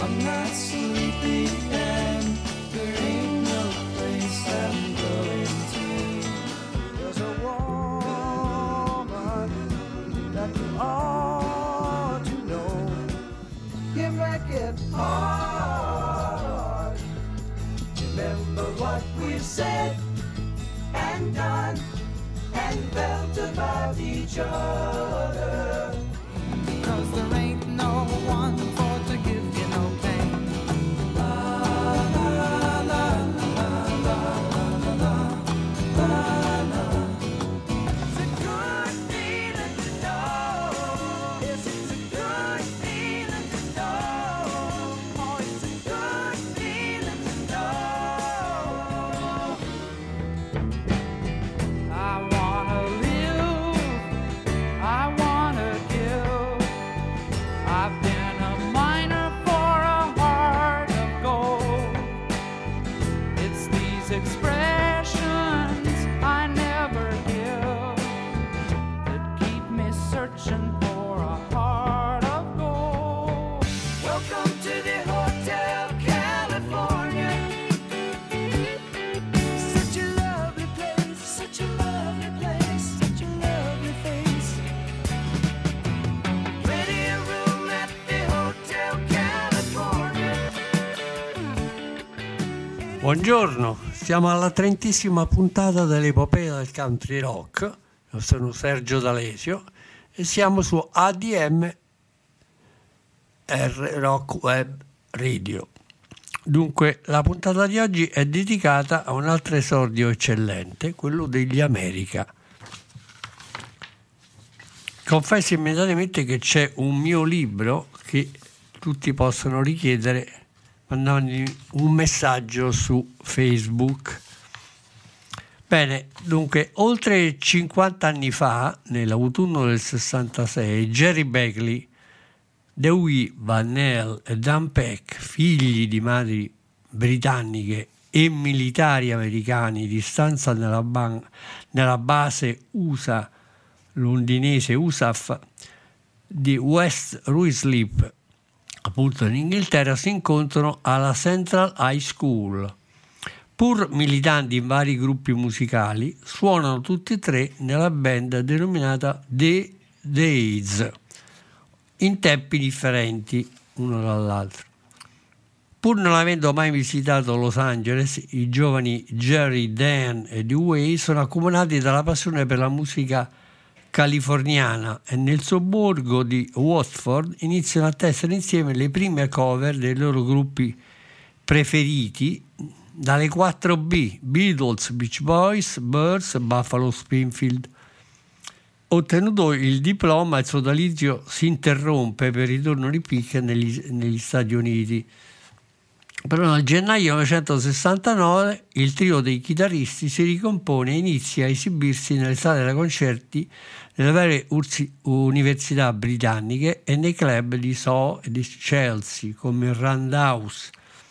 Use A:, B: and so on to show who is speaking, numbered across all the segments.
A: I'm not sleepy and there ain't no place I'm going to. There's a woman that you ought to know. You make it hard. Remember what we've said and done and felt about each other. 'Cause there ain't no one for to give you no pain. La la la la la la la la. It's a good feeling to know. Yes, it's a good feeling to know. Oh, it's a good feeling to know. I wanna live, I wanna give. I've been a miner for a heart of gold. It's these expressions I never give that keep me searching for a heart of gold. Welcome to the Hotel California. Such a lovely place, such a lovely place, such a lovely face. Ready a room at the Hotel California.
B: Buongiorno, siamo alla 30ª puntata dell'epopea del country rock. Io sono Sergio D'Alesio e siamo su ADMR Rock Web Radio. Dunque, la puntata di oggi è dedicata a un altro esordio eccellente, quello degli America. Confesso immediatamente che c'è un mio libro che tutti possono richiedere mandando un messaggio su Facebook. Bene, dunque, oltre 50 anni fa, nell'autunno del 66, Jerry Beckley, Dewey Bunnell e Dan Peck, figli di madri britanniche e militari americani di stanza nella base USA londinese USAF di West Ruislip, appunto in Inghilterra, si incontrano alla Central High School. Pur militanti in vari gruppi musicali, suonano tutti e tre nella band denominata The Days, in tempi differenti uno dall'altro. Pur non avendo mai visitato Los Angeles, i giovani Jerry, Dan e Dewey sono accomunati dalla passione per la musica californiana e nel sobborgo di Watford iniziano a tessere insieme le prime cover dei loro gruppi preferiti, dalle 4B, Beatles, Beach Boys, Birds, Buffalo Springfield. Ottenuto il diploma, il sodalizio si interrompe per il ritorno di Peck negli Stati Uniti. Però nel gennaio 1969 il trio dei chitarristi si ricompone e inizia a esibirsi nelle sale da concerti nelle varie università britanniche e nei club di Soho e di Chelsea come il Roundhouse.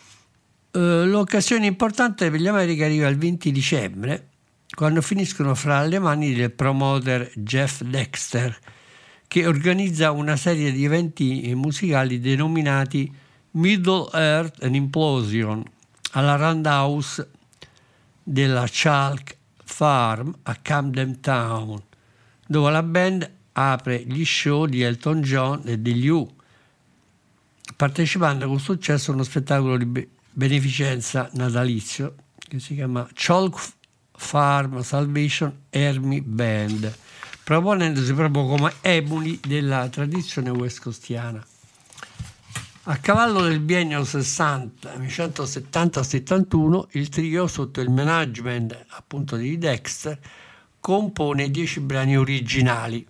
B: L'occasione importante per gli America arriva il 20 dicembre, quando finiscono fra le mani del promoter Jeff Dexter, che organizza una serie di eventi musicali denominati Middle Earth and Implosion alla Roundhouse della Chalk Farm a Camden Town, dove la band apre gli show di Elton John e degli Who, partecipando con successo a uno spettacolo di beneficenza natalizio che si chiama Chalk Farm Salvation Army Band, proponendosi proprio come emuli della tradizione west costiana. A cavallo del biennio 1970-71 il trio, sotto il management appunto di Dexter, compone 10 brani originali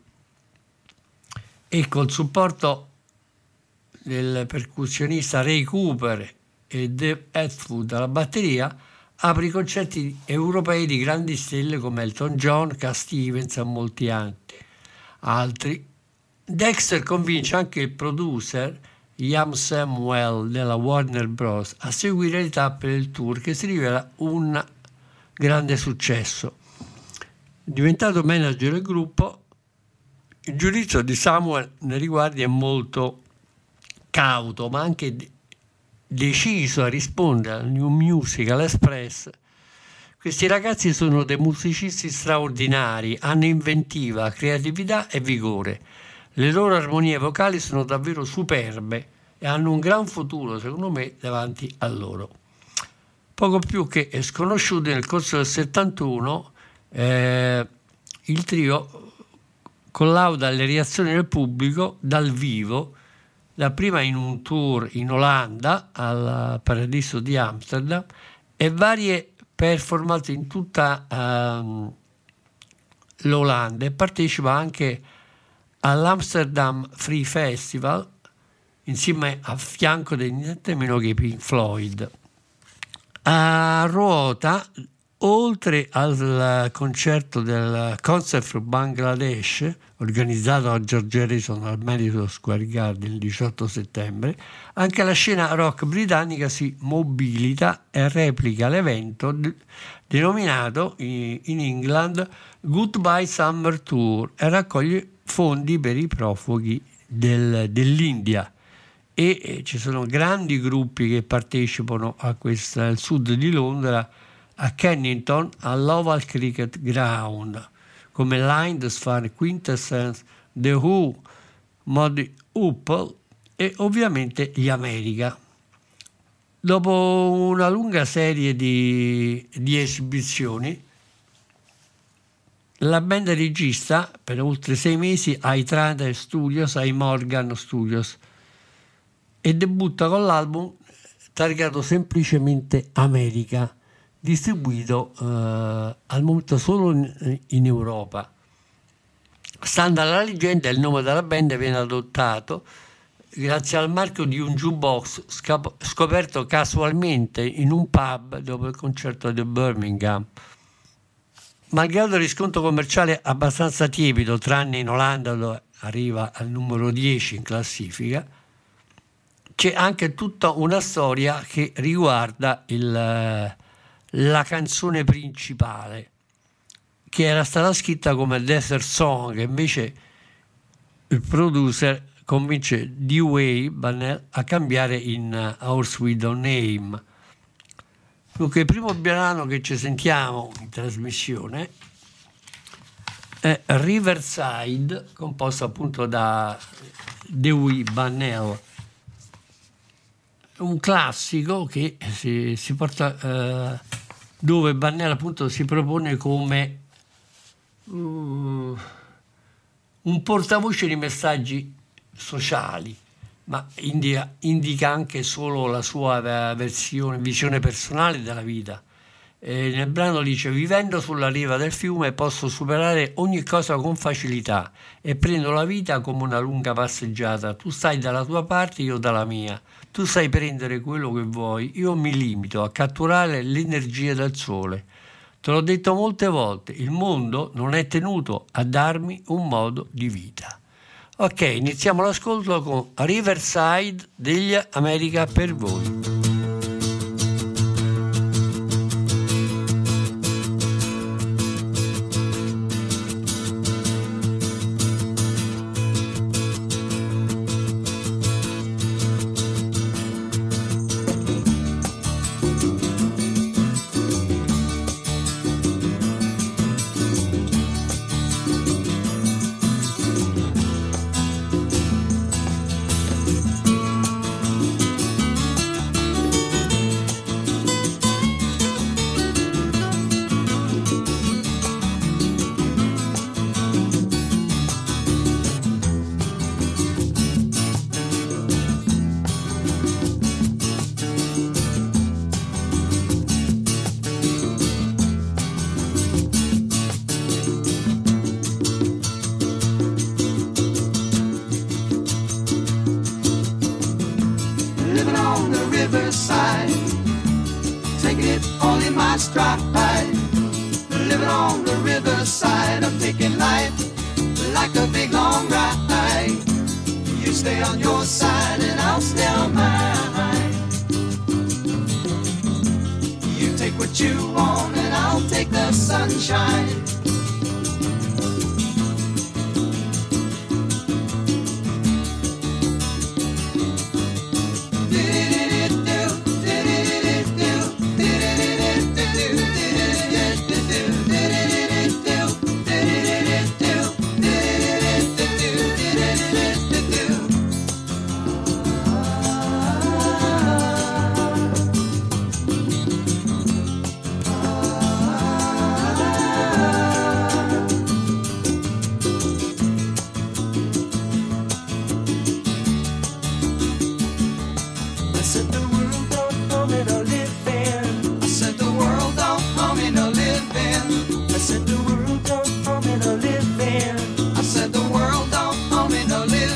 B: e col supporto del percussionista Ray Cooper e Dave Atwood alla batteria apre i concerti europei di grandi stelle come Elton John, Cat Stevens e molti altri. Dexter convince anche il producer Ian Samuel della Warner Bros. A seguire le tappe del tour, che si rivela un grande successo. Diventato manager del gruppo, il giudizio di Samuel nei riguardi è molto cauto, ma anche deciso a rispondere al New Musical Express. Questi ragazzi sono dei musicisti straordinari, hanno inventiva, creatività e vigore. Le loro armonie vocali sono davvero superbe e hanno un gran futuro, secondo me, davanti a loro. Poco più che sconosciuti, nel corso del 71 il trio collauda le reazioni del pubblico dal vivo, dapprima in un tour in Olanda, al Paradiso di Amsterdam, e varie performance in tutta l'Olanda, e partecipa anche all'Amsterdam Free Festival insieme a fianco di niente meno che Pink Floyd. A ruota, oltre al concerto del Concert for Bangladesh organizzato da George Harrison al Madison Square Garden il 18 settembre, anche la scena rock britannica si mobilita e replica l'evento denominato in England Goodbye Summer Tour e raccoglie fondi per i profughi dell'India. E ci sono grandi gruppi che partecipano a questa al sud di Londra, a Kennington, all'Oval Cricket Ground, come Lind's Farm Quintessence, The Who, Muddy Hoople e ovviamente gli America. Dopo una lunga serie di esibizioni, la band regista per oltre 6 mesi ai Trader Studios, ai Morgan Studios, e debutta con l'album targato semplicemente America, distribuito al momento solo in Europa. Stando alla leggenda, il nome della band viene adottato grazie al marchio di un jukebox scoperto casualmente in un pub dopo il concerto di Birmingham. Malgrado il riscontro commerciale abbastanza tiepido, tranne in Olanda dove arriva al numero 10 in classifica, c'è anche tutta una storia che riguarda la canzone principale, che era stata scritta come Desert Song, e invece il producer convince Dewey Bunnell a cambiare in Horse with No Name. Dunque il primo brano che ci sentiamo in trasmissione è Riverside, composto appunto da Dewey Bunnell, un classico che si porta dove Bunnell appunto si propone come un portavoce di messaggi sociali, ma indica anche solo la sua visione personale della vita. Nel brano dice: vivendo sulla riva del fiume posso superare ogni cosa con facilità e prendo la vita come una lunga passeggiata. Tu stai dalla tua parte, io dalla mia. Tu sai prendere quello che vuoi, io mi limito a catturare l'energia del sole. Te l'ho detto molte volte, il mondo non è tenuto a darmi un modo di vita. Ok, iniziamo l'ascolto con Riverside degli America per voi.
A: said the world don't owe me no living. I said the world don't owe me no living. I said the world don't owe me no living. I said the world don't owe me no living.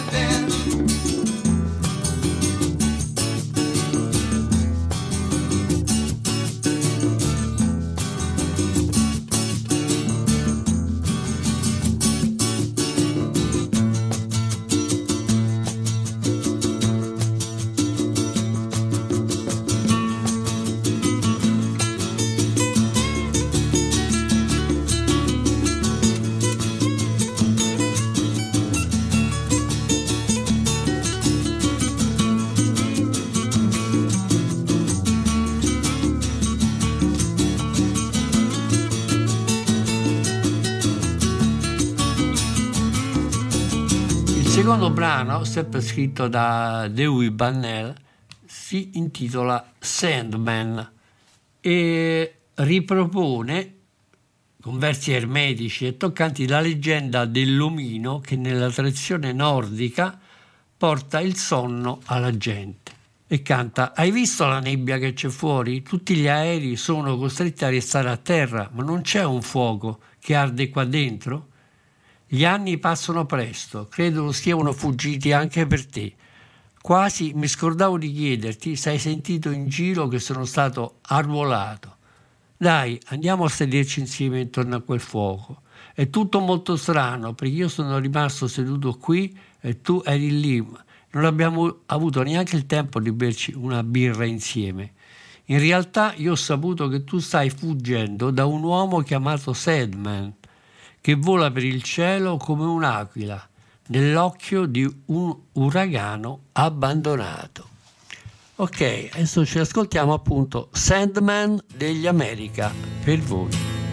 B: Il secondo brano, sempre scritto da Dewey Bunnell, si intitola Sandman e ripropone con versi ermetici e toccanti la leggenda dell'omino che nella tradizione nordica porta il sonno alla gente e canta: hai visto la nebbia che c'è fuori? Tutti gli aerei sono costretti a restare a terra, ma non c'è un fuoco che arde qua dentro? Gli anni passano presto, credo siano fuggiti anche per te. Quasi mi scordavo di chiederti se hai sentito in giro che sono stato arruolato. Dai, andiamo a sederci insieme intorno a quel fuoco. È tutto molto strano perché io sono rimasto seduto qui e tu eri lì. Non abbiamo avuto neanche il tempo di berci una birra insieme. In realtà io ho saputo che tu stai fuggendo da un uomo chiamato Sandman, che vola per il cielo come un'aquila nell'occhio di un uragano abbandonato. Ok, adesso ci ascoltiamo appunto Sandman degli America per voi.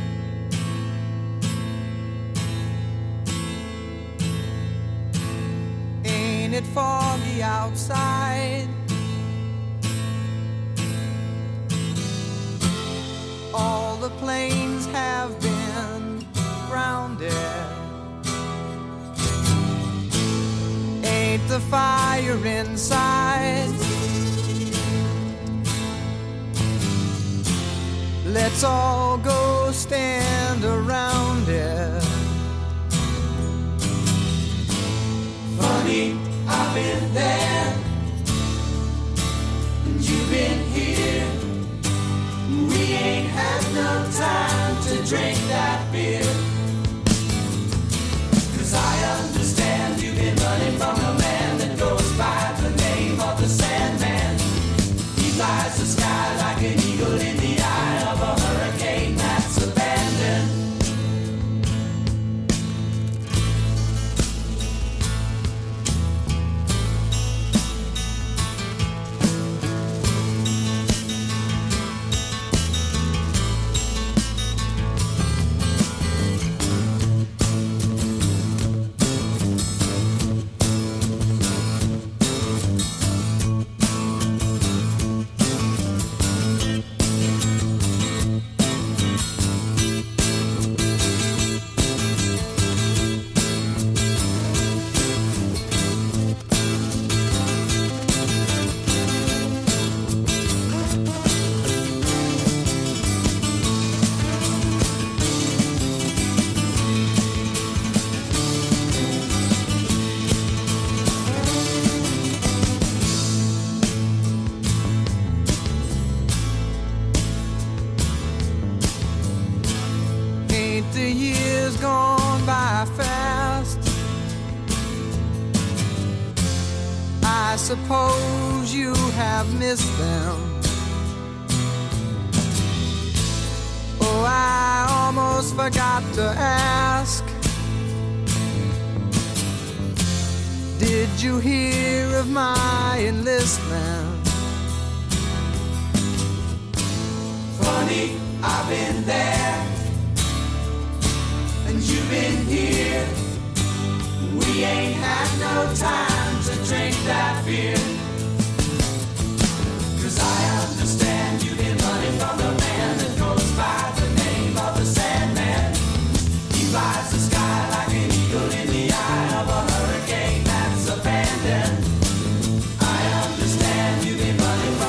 A: Ain't it foggy outside? All the planes have been grounded. Ain't the fire inside? Let's all go stand around it. Funny, I've been there, and you've been here. We ain't had no time to drink that beer. 'Cause I understand you've been running from a man that goes by the name of the Sandman. He flies the sky like an eagle in the eye of a hurricane that's abandoned. The years gone by fast. I suppose you have missed them. Oh, I almost forgot to ask. Did you hear of my enlistment? Funny, I've been there, and you've been here. We ain't had no time to drink that beer. 'Cause I understand you've been running from the man that goes by the name of the Sandman. He flies the sky like an eagle in the eye of a hurricane that's abandoned. I understand you've been running from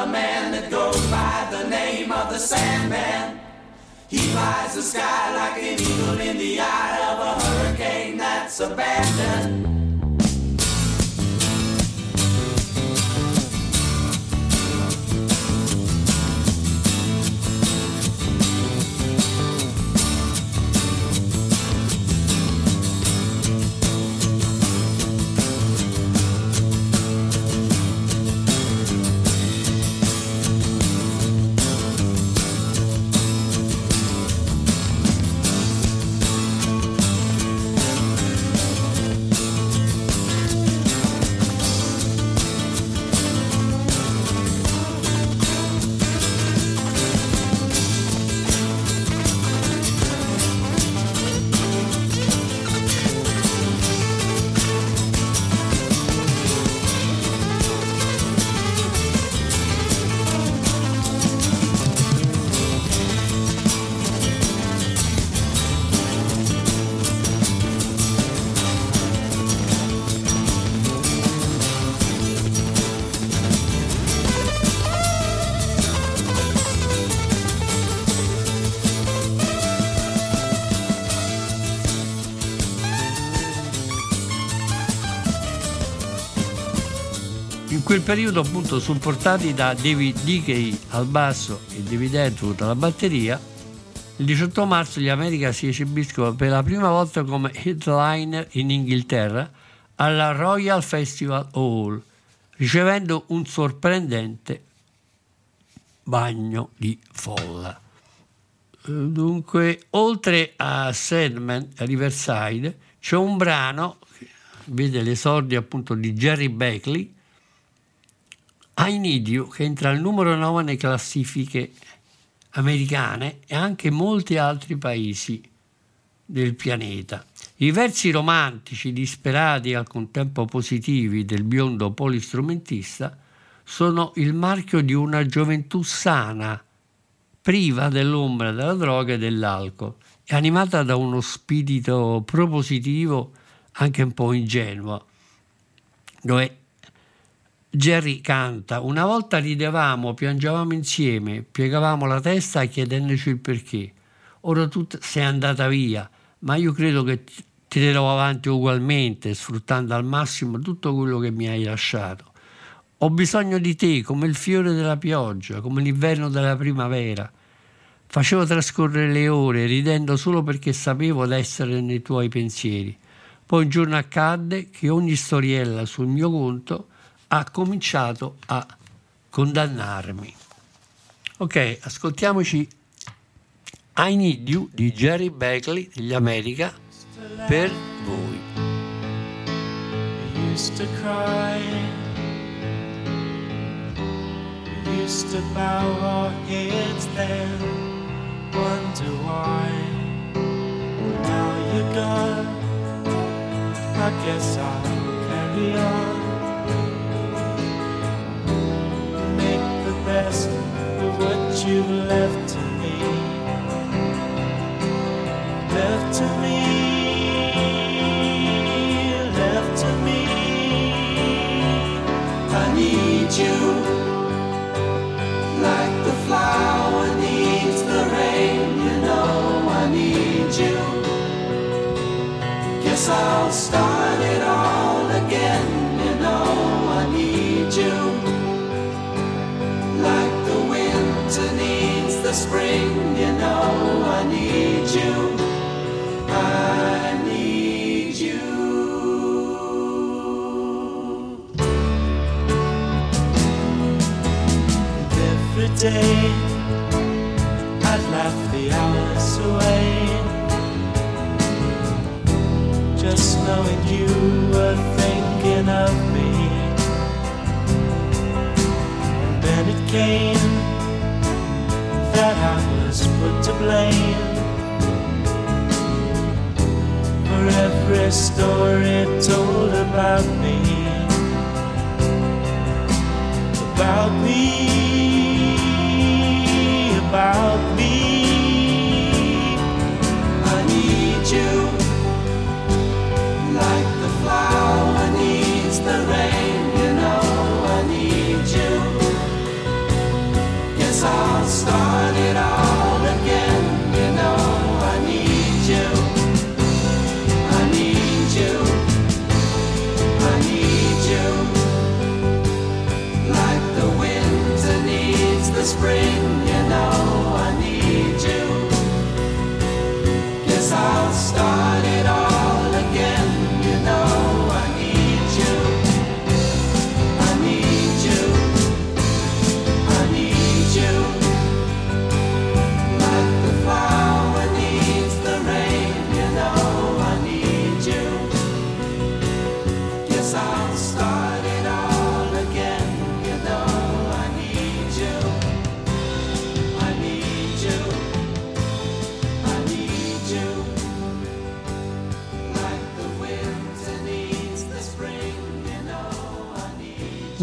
A: a man that goes by the name of the Sandman. He flies the sky like an eagle in the eye of a hurricane that's abandoned.
B: In quel periodo appunto supportati da David Dickey al basso e David Atwood alla batteria, il 18 marzo gli America si esibiscono per la prima volta come headliner in Inghilterra alla Royal Festival Hall, ricevendo un sorprendente bagno di folla. Dunque, oltre a Sandman Riverside, c'è un brano che vede l'esordio appunto di Jerry Beckley, I Need You, che entra al numero 9 nelle classifiche americane e anche in molti altri paesi del pianeta. I versi romantici, disperati e al contempo positivi del biondo polistrumentista sono il marchio di una gioventù sana, priva dell'ombra della droga e dell'alcol, e animata da uno spirito propositivo anche un po' ingenuo, dove Jerry canta: una volta ridevamo, piangevamo insieme, piegavamo la testa chiedendoci il perché. Ora tu sei andata via, ma io credo che tirerò avanti ugualmente, sfruttando al massimo tutto quello che mi hai lasciato. Ho bisogno di te come il fiore della pioggia, come l'inverno della primavera. Facevo trascorrere le ore ridendo solo perché sapevo d'essere nei tuoi pensieri. Poi un giorno accadde che ogni storiella sul mio conto ha cominciato a condannarmi. Ok, ascoltiamoci I Need You di Jerry Beckley degli America per voi.
A: We used to cry, we used to bow our heads then, wonder why. Now you're gone, I guess I'll carry on. Best of what you've left to me, left to me, left to me. I need you like the flower needs the rain, you know I need you. Guess I'll start it all again, you know I need you. Like the winter needs the spring, you know I need you, I need you. And every day I'd laugh the hours away, just knowing you were thinking of me. Then it came that I was put to blame for every story told about me, about me, about me. I need you like the flower needs the rain, you know I need you.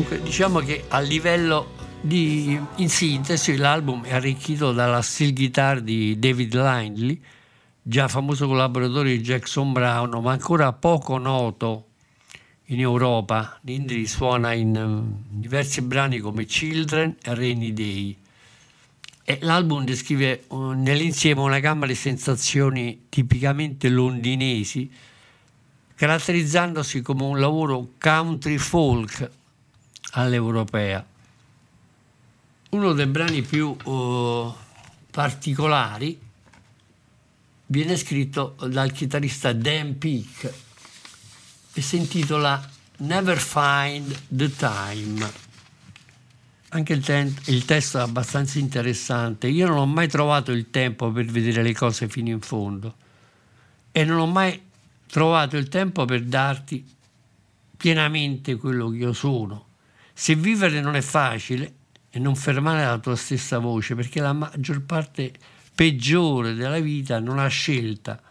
B: Comunque, diciamo che a livello in sintesi l'album è arricchito dalla steel guitar di David Lindley, già famoso collaboratore di Jackson Browne, ma ancora poco noto in Europa. Lindley suona in diversi brani come Children e Rainy Day. E l'album descrive nell'insieme una gamma di sensazioni tipicamente londinesi, caratterizzandosi come un lavoro country folk all'europea. Uno dei brani più particolari viene scritto dal chitarrista Dan Peake e si intitola Never Find the Time. Anche il testo è abbastanza interessante. Io non ho mai trovato il tempo per vedere le cose fino in fondo e non ho mai trovato il tempo per darti pienamente quello che io sono. Se vivere non è facile, e non fermare la tua stessa voce, perché la maggior parte peggiore della vita non ha scelta.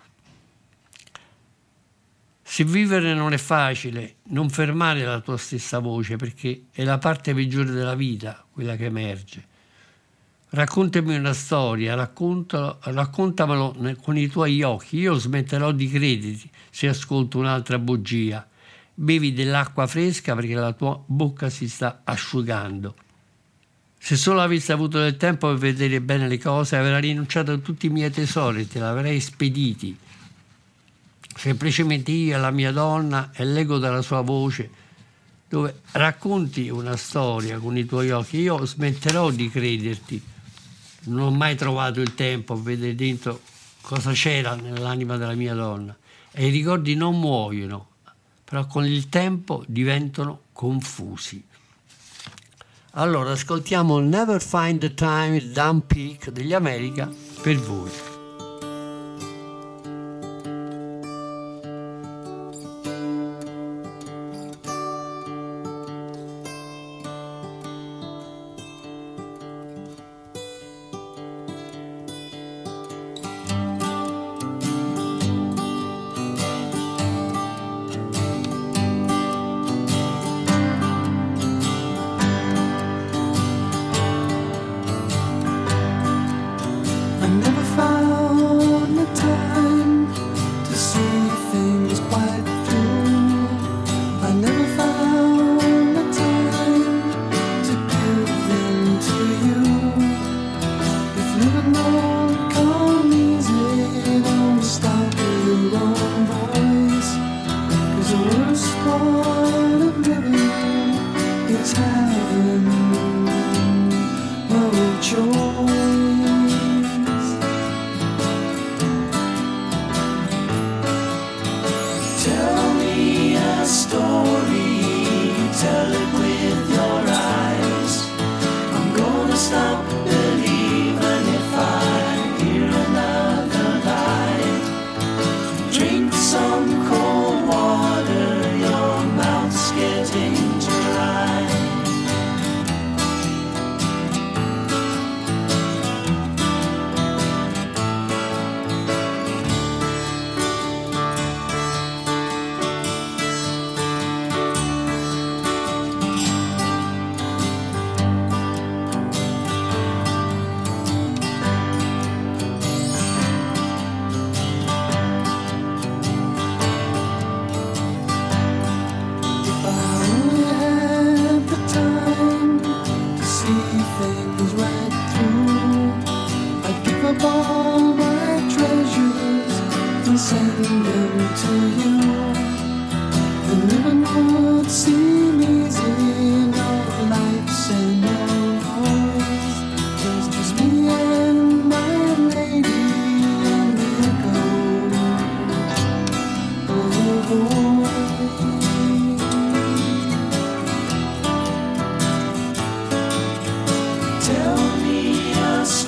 B: Se vivere non è facile, non fermare la tua stessa voce, perché è la parte peggiore della vita quella che emerge. Raccontami una storia, raccontamelo con i tuoi occhi. Io smetterò di crederti se ascolto un'altra bugia. Bevi dell'acqua fresca perché la tua bocca si sta asciugando. Se solo avessi avuto del tempo per vedere bene le cose, avrei rinunciato a tutti i miei tesori, te l'avrei spediti. Semplicemente io e la mia donna e l'eco della sua voce, dove racconti una storia con i tuoi occhi. Io smetterò di crederti. Non ho mai trovato il tempo per vedere dentro cosa c'era nell'anima della mia donna. E i ricordi non muoiono, però con il tempo diventano confusi. Allora, ascoltiamo Never Find the Time, Dan Peake degli America, per voi.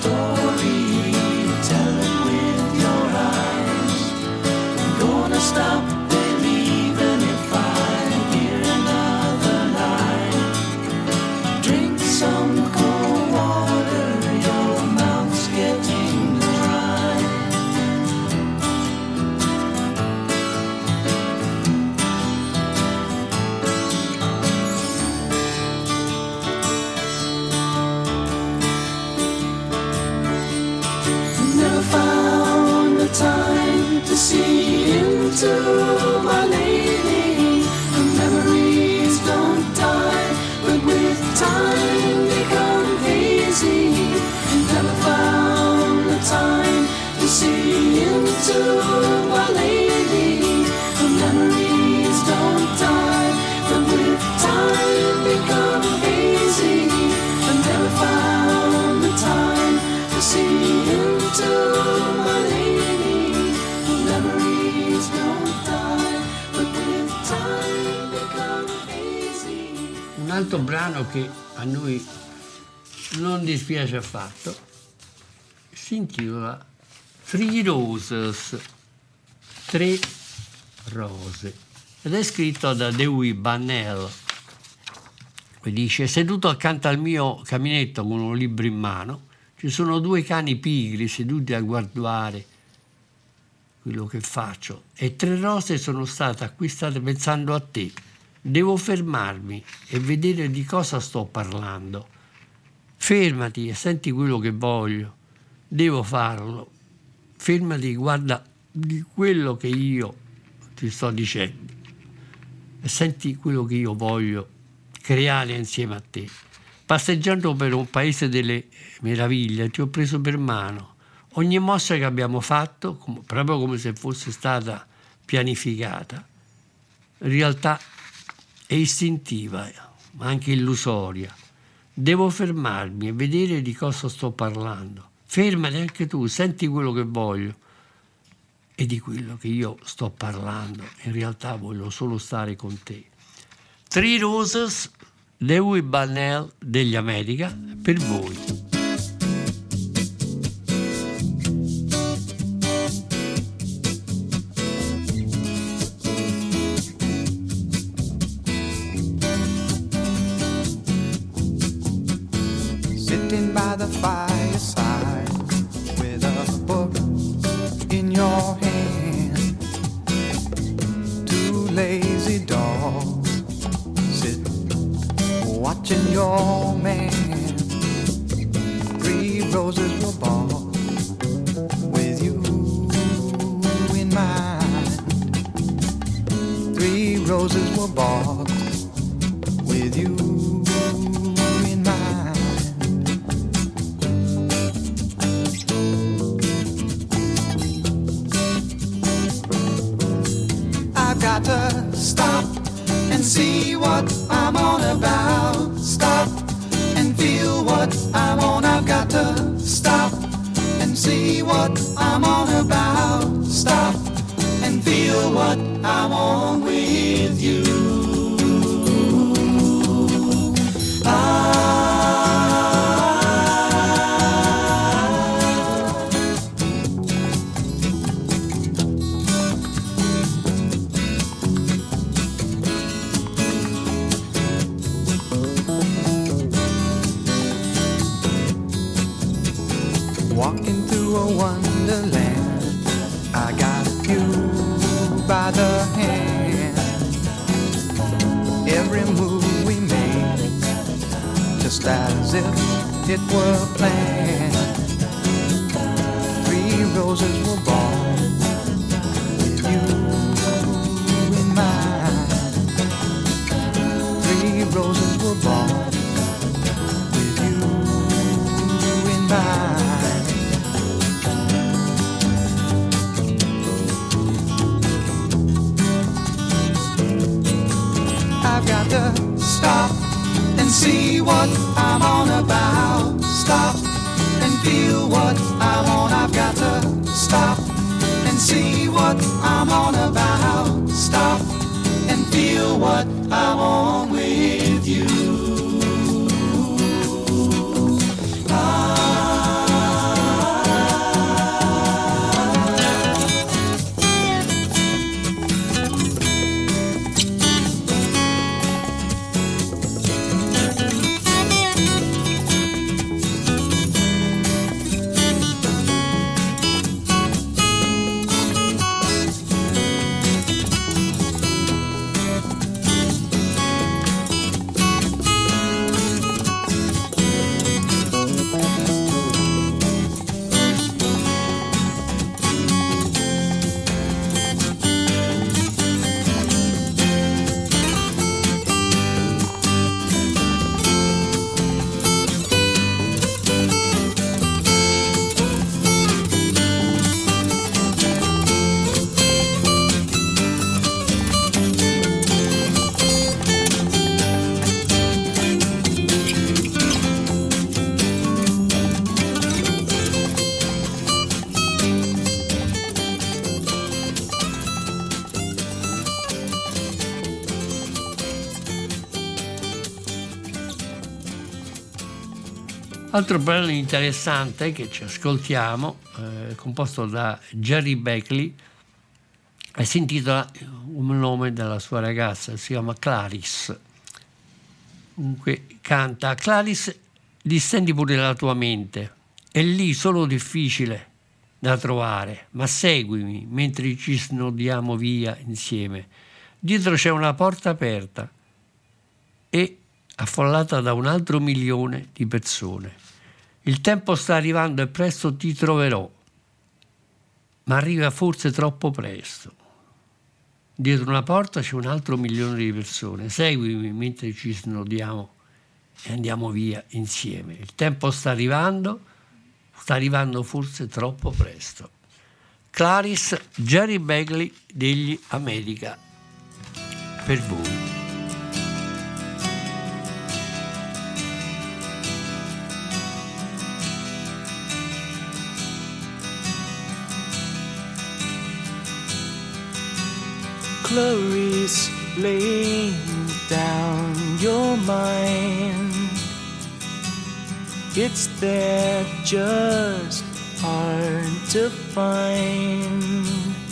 A: Stop. into my lady. The memories don't die, but with time become hazy. Never found the time to see into my lady. The memories don't die, but with time become hazy. I never found the time to see into my lady. The memories don't die, but with time become hazy.
B: Un altro brano che a noi non dispiace affatto si intitola Three Roses, 3 rose, ed è scritto da Dewey Bunnell. E dice: seduto accanto al mio caminetto con un libro in mano ci sono 2 cani pigri seduti a guardare quello che faccio, e 3 rose sono state acquistate pensando a te. Devo fermarmi e vedere di cosa sto parlando. Fermati e senti quello che voglio. Devo farlo. Fermati, guarda di quello che io ti sto dicendo e senti quello che io voglio creare insieme a te. Passeggiando per un paese delle meraviglie ti ho preso per mano. Ogni mossa che abbiamo fatto, proprio come se fosse stata pianificata, in realtà è istintiva, ma anche illusoria. Devo fermarmi e vedere di cosa sto parlando. Fermati anche tu, senti quello che voglio. E di quello che io sto parlando, in realtà voglio solo stare con te. Three Roses, Dewey Bunnell degli America, per voi.
C: Sitting by the fireside with a book in your hand, 2 lazy dogs sit watching your man. 3 roses were bought with you in mind. 3 roses were bought with you in mind. I've got to stop and see what I'm on about. Stop and feel what I'm on. I've got to stop and see what I'm on about. Stop and feel what I'm on with you. Walking through a wonderland, I got you by the hand. Every move we made, just as if it were planned. 3 roses were born with you in mind. 3 roses were born with you in mind. I've got to stop and see what I'm on about. Stop and feel what I'm on. I've got to stop and see what I'm on about. Stop and feel what I'm on with you.
B: Altro brano interessante che ci ascoltiamo, composto da Jerry Beckley, si intitola un nome della sua ragazza, si chiama Clarice. Comunque canta: Clarice, distendi pure la tua mente, è lì solo difficile da trovare, ma seguimi mentre ci snodiamo via insieme. Dietro c'è una porta aperta e affollata da un altro milione di persone. Il tempo sta arrivando e presto ti troverò, ma arriva forse troppo presto. Dietro una porta c'è un altro milione di persone. Seguimi mentre ci snodiamo e andiamo via insieme. Il tempo sta arrivando forse troppo presto. Clarice, Jerry Beckley degli America, per voi.
D: Clarice, lay down your mind. It's there, just hard to find.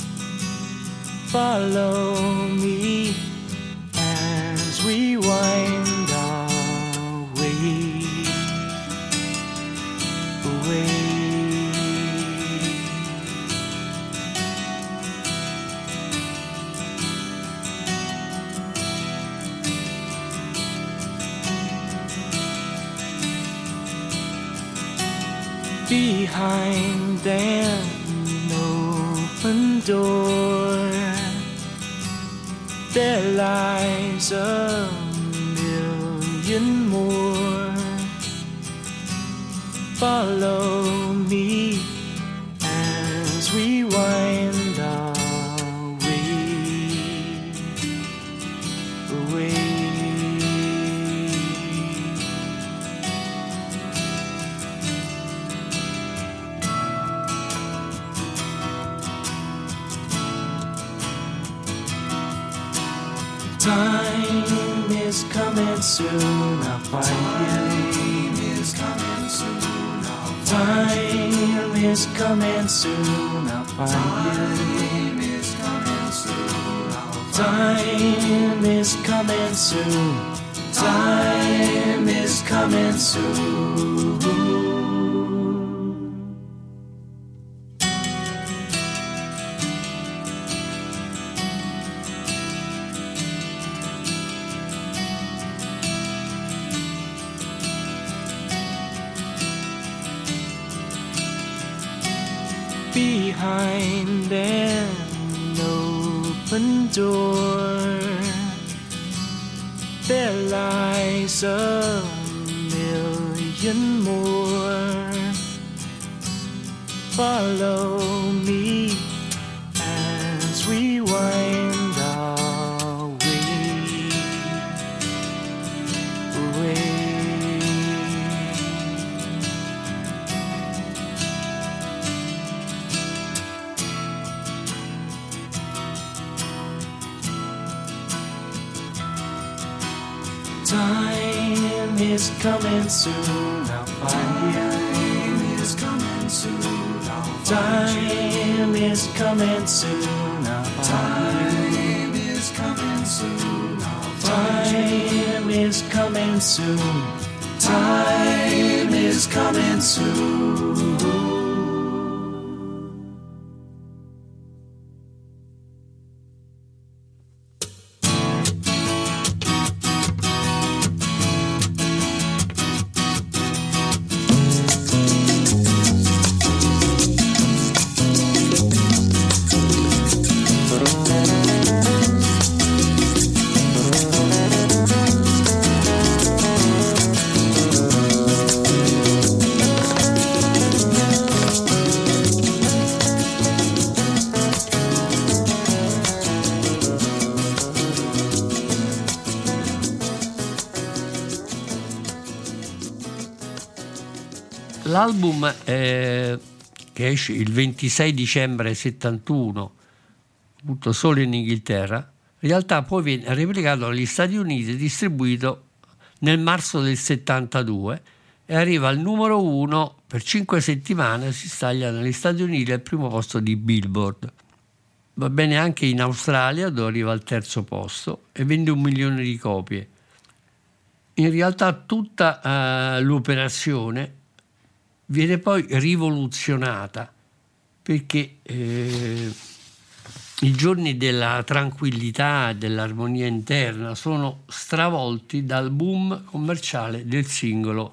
D: Follow me as we wind our way away. Behind an open door, there lies a million more. Follow me as we wind our way away. Time is coming soon, I'll find you.
C: Time is coming soon, I'll find
D: Time is coming soon, I'll find you.
C: Time is coming soon, I'll
D: Time is coming soon. Time is coming soon. Behind an open door, there lies a million more. Follow me as we wind our way away. Time is coming soon, I'll find you.
C: Time is coming soon, I'll find
D: Time is coming soon, I'll find you.
C: Time is coming soon, I'll
D: Time is coming soon. Time is coming soon.
B: L'album che esce il 26 dicembre 71, appunto solo in Inghilterra, in realtà poi viene replicato negli Stati Uniti e distribuito nel marzo del 72 e arriva al numero 1 per 5 settimane, si staglia negli Stati Uniti al primo posto di Billboard. Va bene anche in Australia, dove arriva al terzo posto e vende 1 milione di copie. In realtà tutta l'operazione viene poi rivoluzionata perché i giorni della tranquillità e dell'armonia interna sono stravolti dal boom commerciale del singolo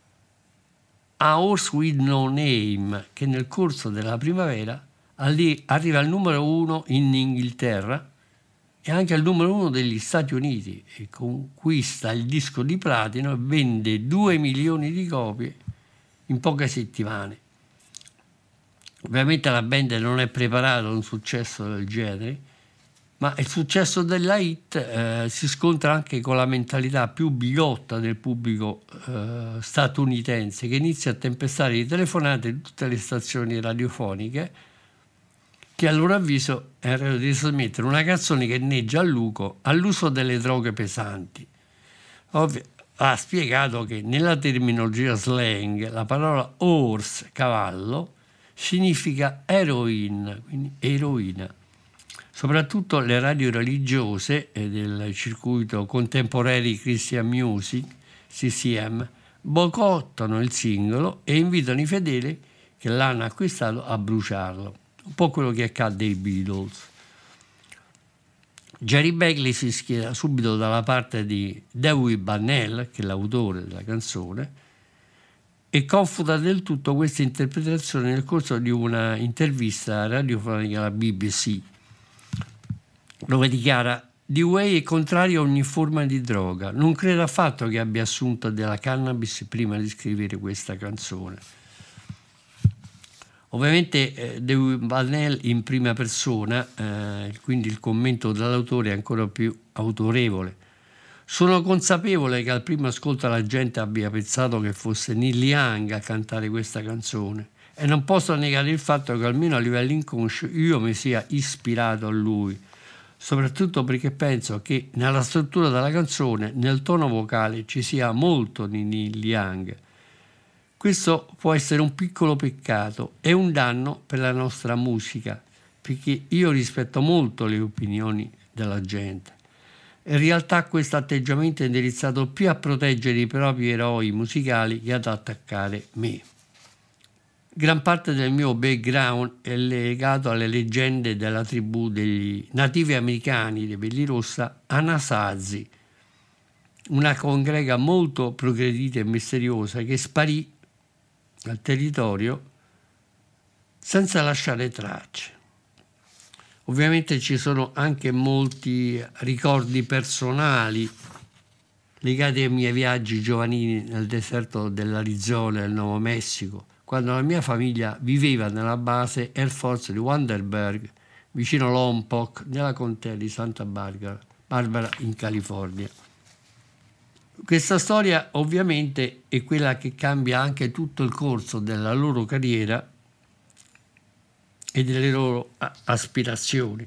B: A Horse with No Name, che nel corso della primavera arriva al numero 1 in Inghilterra e anche al numero 1 degli Stati Uniti, e conquista il disco di platino e vende 2 milioni di copie in poche settimane. Ovviamente la band non è preparata a un successo del genere, ma il successo della hit si scontra anche con la mentalità più bigotta del pubblico statunitense, che inizia a tempestare di telefonate di tutte le stazioni radiofoniche che a loro avviso erano di trasmettere una canzone che inneggia all'uso delle droghe pesanti. Ha spiegato che nella terminologia slang la parola horse, cavallo, significa heroin, quindi eroina. Soprattutto le radio religiose del circuito Contemporary Christian Music, CCM, boicottano il singolo e invitano i fedeli che l'hanno acquistato a bruciarlo. Un po' quello che accadde ai Beatles. Jerry Beckley si schiera subito dalla parte di Dewey Bunnell, che è l'autore della canzone, e confuta del tutto questa interpretazione nel corso di una intervista radiofonica alla BBC, dove dichiara: Dewey è contrario a ogni forma di droga, non credo affatto che abbia assunto della cannabis prima di scrivere questa canzone. Ovviamente Dewey Bunnell in prima persona, quindi il commento dell'autore è ancora più autorevole. Sono consapevole che al primo ascolto la gente abbia pensato che fosse Neil Young a cantare questa canzone e non posso negare il fatto che almeno a livello inconscio io mi sia ispirato a lui, soprattutto perché penso che nella struttura della canzone, nel tono vocale, ci sia molto di Neil Young. Questo può essere un piccolo peccato e un danno per la nostra musica, perché io rispetto molto le opinioni della gente. In realtà questo atteggiamento è indirizzato più a proteggere i propri eroi musicali che ad attaccare me. Gran parte del mio background è legato alle leggende della tribù degli nativi americani dei Pellirossa Anasazi, una congrega molto progredita e misteriosa che sparì dal territorio senza lasciare tracce. Ovviamente ci sono anche molti ricordi personali legati ai miei viaggi giovanili nel deserto dell'Arizona e del Nuovo Messico, quando la mia famiglia viveva nella base Air Force di Vandenberg, vicino Lompoc, nella contea di Santa Barbara in California. Questa storia ovviamente è quella che cambia anche tutto il corso della loro carriera e delle loro aspirazioni.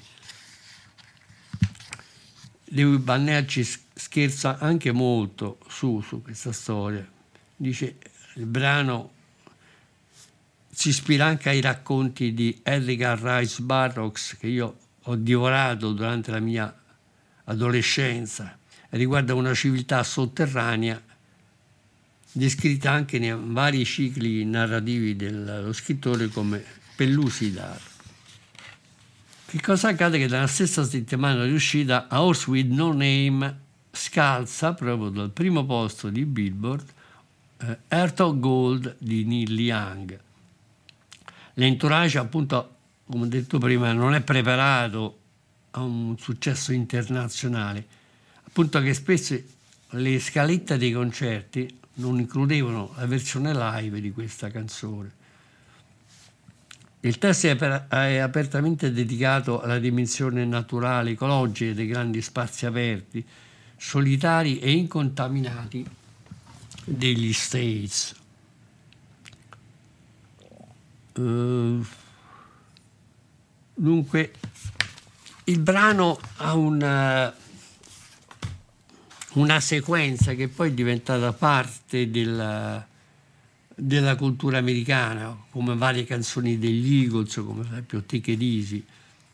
B: Dewey Bunnell ci scherza anche molto su questa storia. Dice: il brano si ispira anche ai racconti di Edgar Rice Burroughs che io ho divorato durante la mia adolescenza, e riguarda una civiltà sotterranea descritta anche nei vari cicli narrativi dello scrittore come Pellucidar. Che cosa accade? Che nella stessa settimana di uscita A Horse with No Name scalza proprio dal primo posto di Billboard Heart of Gold di Neil Young. L'entourage, appunto, come ho detto prima, non è preparato a un successo internazionale, appunto che spesso le scalette dei concerti non includevano la versione live di questa canzone. Il testo è apertamente dedicato alla dimensione naturale, ecologica dei grandi spazi aperti, solitari e incontaminati degli States. Dunque, il brano ha una sequenza che poi è diventata parte della cultura americana, come varie canzoni degli Eagles, come per esempio Take It Easy,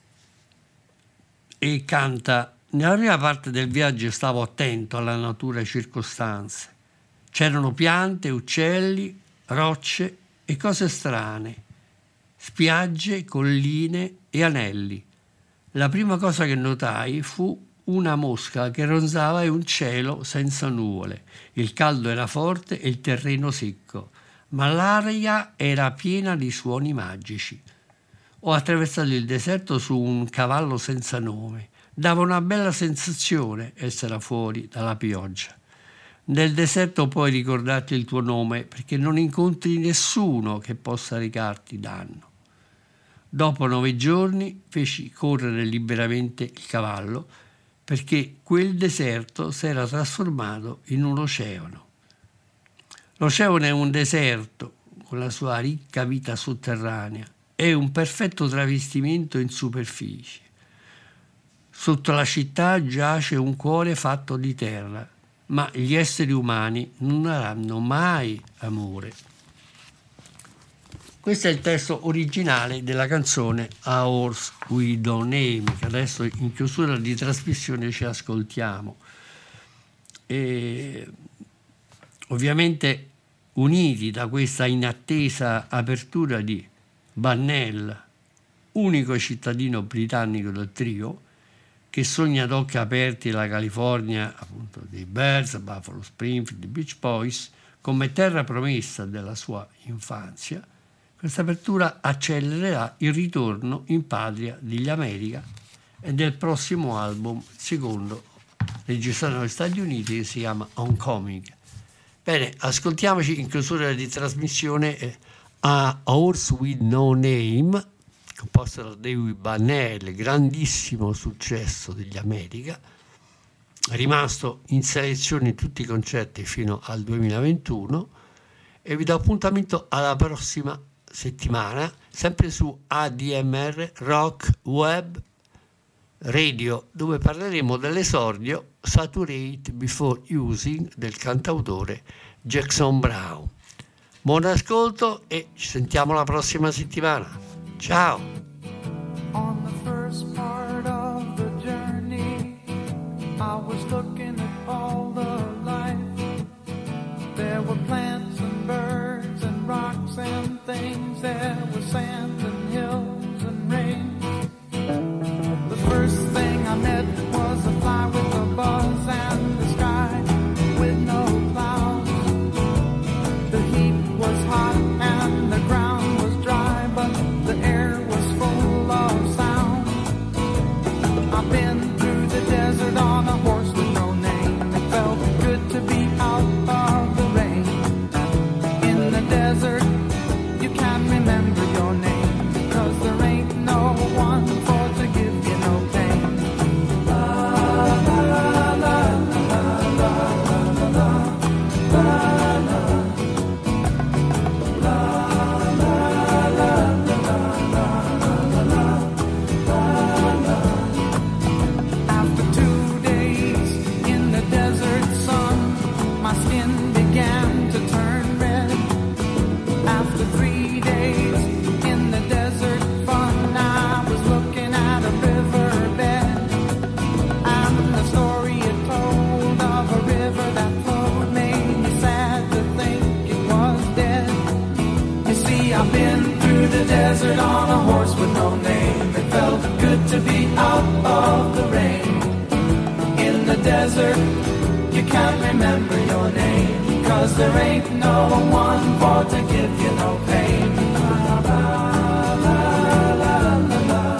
B: e canta: nella prima parte del viaggio stavo attento alla natura e alle circostanze. C'erano piante, uccelli, rocce e cose strane, spiagge, colline e anelli. La prima cosa che notai fu una mosca che ronzava e un cielo senza nuvole. Il caldo era forte e il terreno secco, ma l'aria era piena di suoni magici. Ho attraversato il deserto su un cavallo senza nome. Dava una bella sensazione essere fuori dalla pioggia. Nel deserto puoi ricordarti il tuo nome perché non incontri nessuno che possa recarti danno. Dopo 9 giorni feci correre liberamente il cavallo perché quel deserto si era trasformato in un oceano. L'oceano è un deserto con la sua ricca vita sotterranea. È un perfetto travestimento in superficie. Sotto la città giace un cuore fatto di terra, ma gli esseri umani non avranno mai amore. Questo è il testo originale della canzone A Horse with No Name, che adesso in chiusura di trasmissione ci ascoltiamo. E ovviamente uniti da questa inattesa apertura di Bunnell, unico cittadino britannico del trio, che sogna ad occhi aperti la California, appunto, dei Bears, Buffalo Springfield, dei Beach Boys, come terra promessa della sua infanzia. Questa apertura accelererà il ritorno in patria degli America e del prossimo album, secondo, registrato negli Stati Uniti, che si chiama Homecoming. Bene, ascoltiamoci in chiusura di trasmissione A Horse with No Name, composta da David Bunnell, grandissimo successo degli America, rimasto in selezione in tutti i concerti fino al 2021, e vi do appuntamento alla prossima settimana, sempre su ADMR Rock Web Radio, dove parleremo dell'esordio Saturate Before Using del cantautore Jackson Browne. Buon ascolto e ci sentiamo la prossima settimana. Ciao!
C: On the first part of the journey, I was looking at all the life. There were plants and birds and rocks and things. There was sand and hills and rain. The first thing I met was a fly with a buzz and the sky with no clouds. The heat was hot and the ground was dry, but the air was full of sound. I've been through the desert on a horse with no name. It felt good to be out of the rain. In the desert, you can't remember your name, because there ain't no one for to give you no pain. La la la la la la la la la. I've been through the desert on a horse with no name. It felt good to be out of the rain. In the desert, you can't remember your name, 'cause there ain't no one for to give you no pain. La, la, la, la, la, la.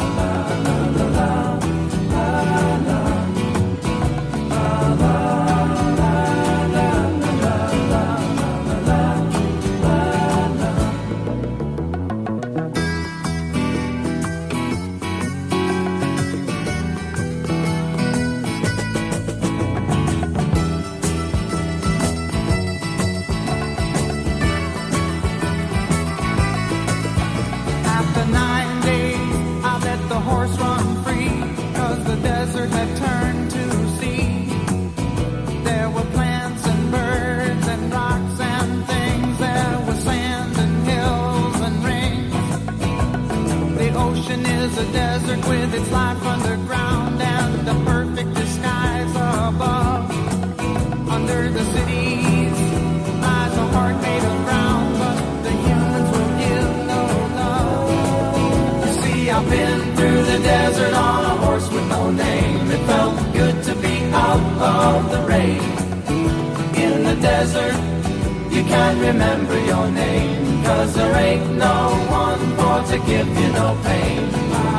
C: desert with its life underground and the perfect disguise above. Under the cities lies a heart made of brown, but the humans will give no love. You see, I've been through the desert on a horse with no name. It felt good to be out of the rain. In the desert, you can't remember your name, 'cause there ain't no one for to give you no pain.